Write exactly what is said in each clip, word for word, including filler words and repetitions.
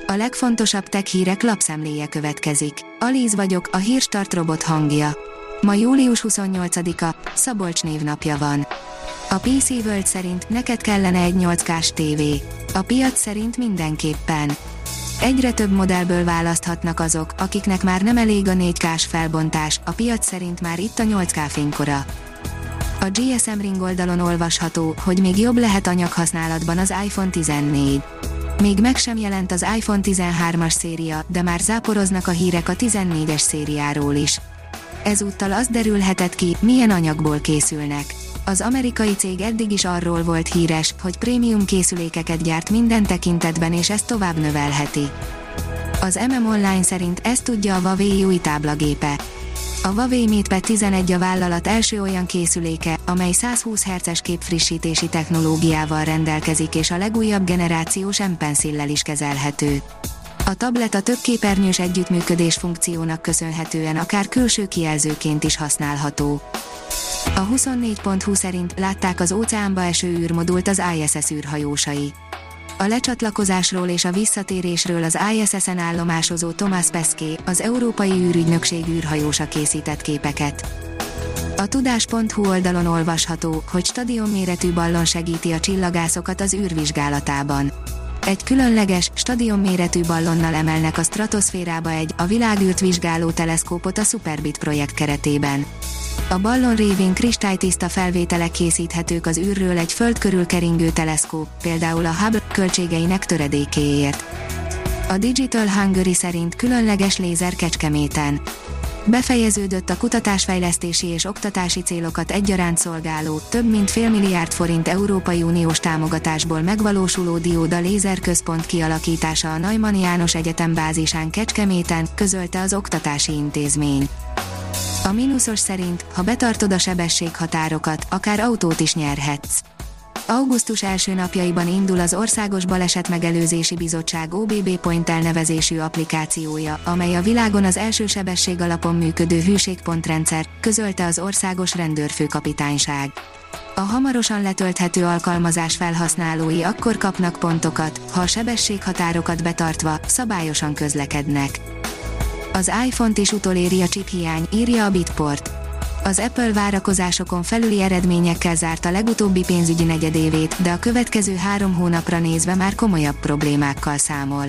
A legfontosabb tech hírek lapszemléje következik. Alíz vagyok, a Hírstart robot hangja. Ma július huszonnyolcadika, Szabolcs névnapja van. A pé cé World szerint neked kellene egy nyolc kás tévé. A piac szerint mindenképpen. Egyre több modellből választhatnak azok, akiknek már nem elég a négy kás felbontás, a piac szerint már itt a nyolc ká fénykora. A gé es em Ring oldalon olvasható, hogy még jobb lehet anyaghasználatban az iPhone tizennégy. Még meg sem jelent az iPhone tizenhármas széria, de már záporoznak a hírek a tizennégyes szériáról is. Ezúttal az derülhetett ki, milyen anyagból készülnek. Az amerikai cég eddig is arról volt híres, hogy prémium készülékeket gyárt minden tekintetben, és ezt tovább növelheti. Az em em Online szerint ezt tudja a Huawei új táblagépe. A Huawei MatePad tizenegy a vállalat első olyan készüléke, amely százhúsz hertzes képfrissítési technológiával rendelkezik, és a legújabb generációs M Pencil-lel is kezelhető. A tablet a többképernyős együttműködés funkciónak köszönhetően akár külső kijelzőként is használható. A huszonnégy pont hu szerint látták az óceánba eső űrmodult az i es es űrhajósai. A lecsatlakozásról és a visszatérésről az i es es-en állomásozó Thomas Pesquet, az Európai űrügynökség űrhajósa készített képeket. A tudás pont hu oldalon olvasható, hogy stadionméretű ballon segíti a csillagászokat az űrvizsgálatában. Egy különleges, stadionméretű ballonnal emelnek a stratoszférába egy, a világűrt vizsgáló teleszkópot a Superbit projekt keretében. A ballon révén kristálytiszta felvételek készíthetők az űrről egy föld körül keringő teleszkóp, például a Hubble költségeinek töredékéért. A Digital Hungary szerint különleges lézer Kecskeméten. Befejeződött a kutatásfejlesztési és oktatási célokat egyaránt szolgáló, több mint fél milliárd forint Európai Uniós támogatásból megvalósuló dióda lézerközpont kialakítása a Neumann János Egyetem bázisán Kecskeméten, közölte az oktatási intézmény. A mínuszos szerint, ha betartod a sebességhatárokat, akár autót is nyerhetsz. Augusztus első napjaiban indul az Országos Balesetmegelőzési Bizottság o bé bé Point elnevezésű applikációja, amely a világon az első sebesség alapon működő hűségpontrendszer, közölte az Országos Rendőrfőkapitányság. A hamarosan letölthető alkalmazás felhasználói akkor kapnak pontokat, ha a sebességhatárokat betartva, szabályosan közlekednek. Az iPhone-t is utoléri a chiphiány, írja a Bitport. Az Apple várakozásokon felüli eredményekkel zárt a legutóbbi pénzügyi negyedévét, de a következő három hónapra nézve már komolyabb problémákkal számol.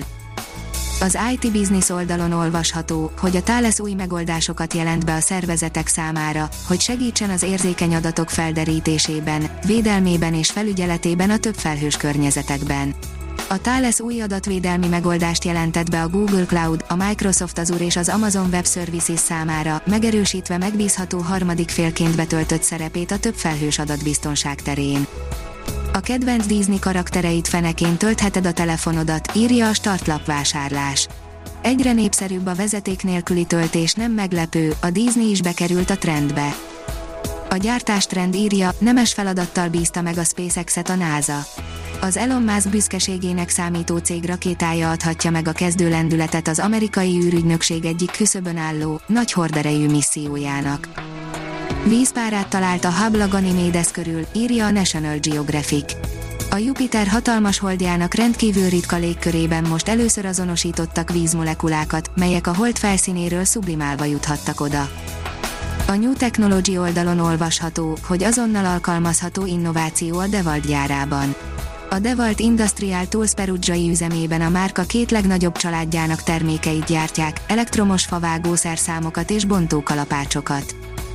Az i té Business oldalon olvasható, hogy a Thales új megoldásokat jelent be a szervezetek számára, hogy segítsen az érzékeny adatok felderítésében, védelmében és felügyeletében a többfelhős környezetekben. A Thales új adatvédelmi megoldást jelentett be a Google Cloud, a Microsoft Azure és az Amazon Web Services számára, megerősítve megbízható harmadik félként betöltött szerepét a többfelhős adatbiztonság terén. A kedvenc Disney karaktereit feneként töltheted a telefonodat, írja a Startlap vásárlás. Egyre népszerűbb a vezeték nélküli töltés, nem meglepő, a Disney is bekerült a trendbe. A gyártástrend írja, nemes feladattal bízta meg a SpaceX-et a NASA. Az Elon Musk büszkeségének számító cég rakétája adhatja meg a kezdő lendületet az amerikai űrügynökség egyik küszöbön álló, nagy horderejű missziójának. Vízpárát talált a Hubble Ganymedes körül, írja a National Geographic. A Jupiter hatalmas holdjának rendkívül ritka légkörében most először azonosítottak vízmolekulákat, melyek a hold felszínéről sublimálva juthattak oda. A New Technology oldalon olvasható, hogy azonnal alkalmazható innováció a DeWalt gyárában. A DeWalt Industrial Tools perugiai üzemében a márka két legnagyobb családjának termékeit gyártják, elektromos favágószerszámokat és bontókalapácsokat.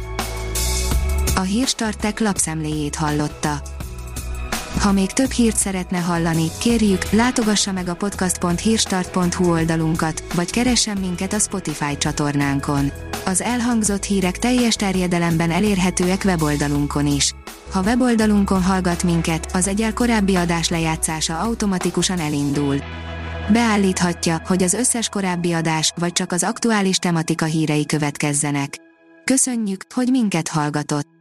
A Hírstart Tech lapszemléjét hallotta. Ha még több hírt szeretne hallani, kérjük, látogassa meg a podcast pont hírstart pont hu oldalunkat, vagy keressen minket a Spotify csatornánkon. Az elhangzott hírek teljes terjedelemben elérhetőek weboldalunkon is. Ha weboldalunkon hallgat minket, az egyel korábbi adás lejátszása automatikusan elindul. Beállíthatja, hogy az összes korábbi adás, vagy csak az aktuális tematika hírei következzenek. Köszönjük, hogy minket hallgatott!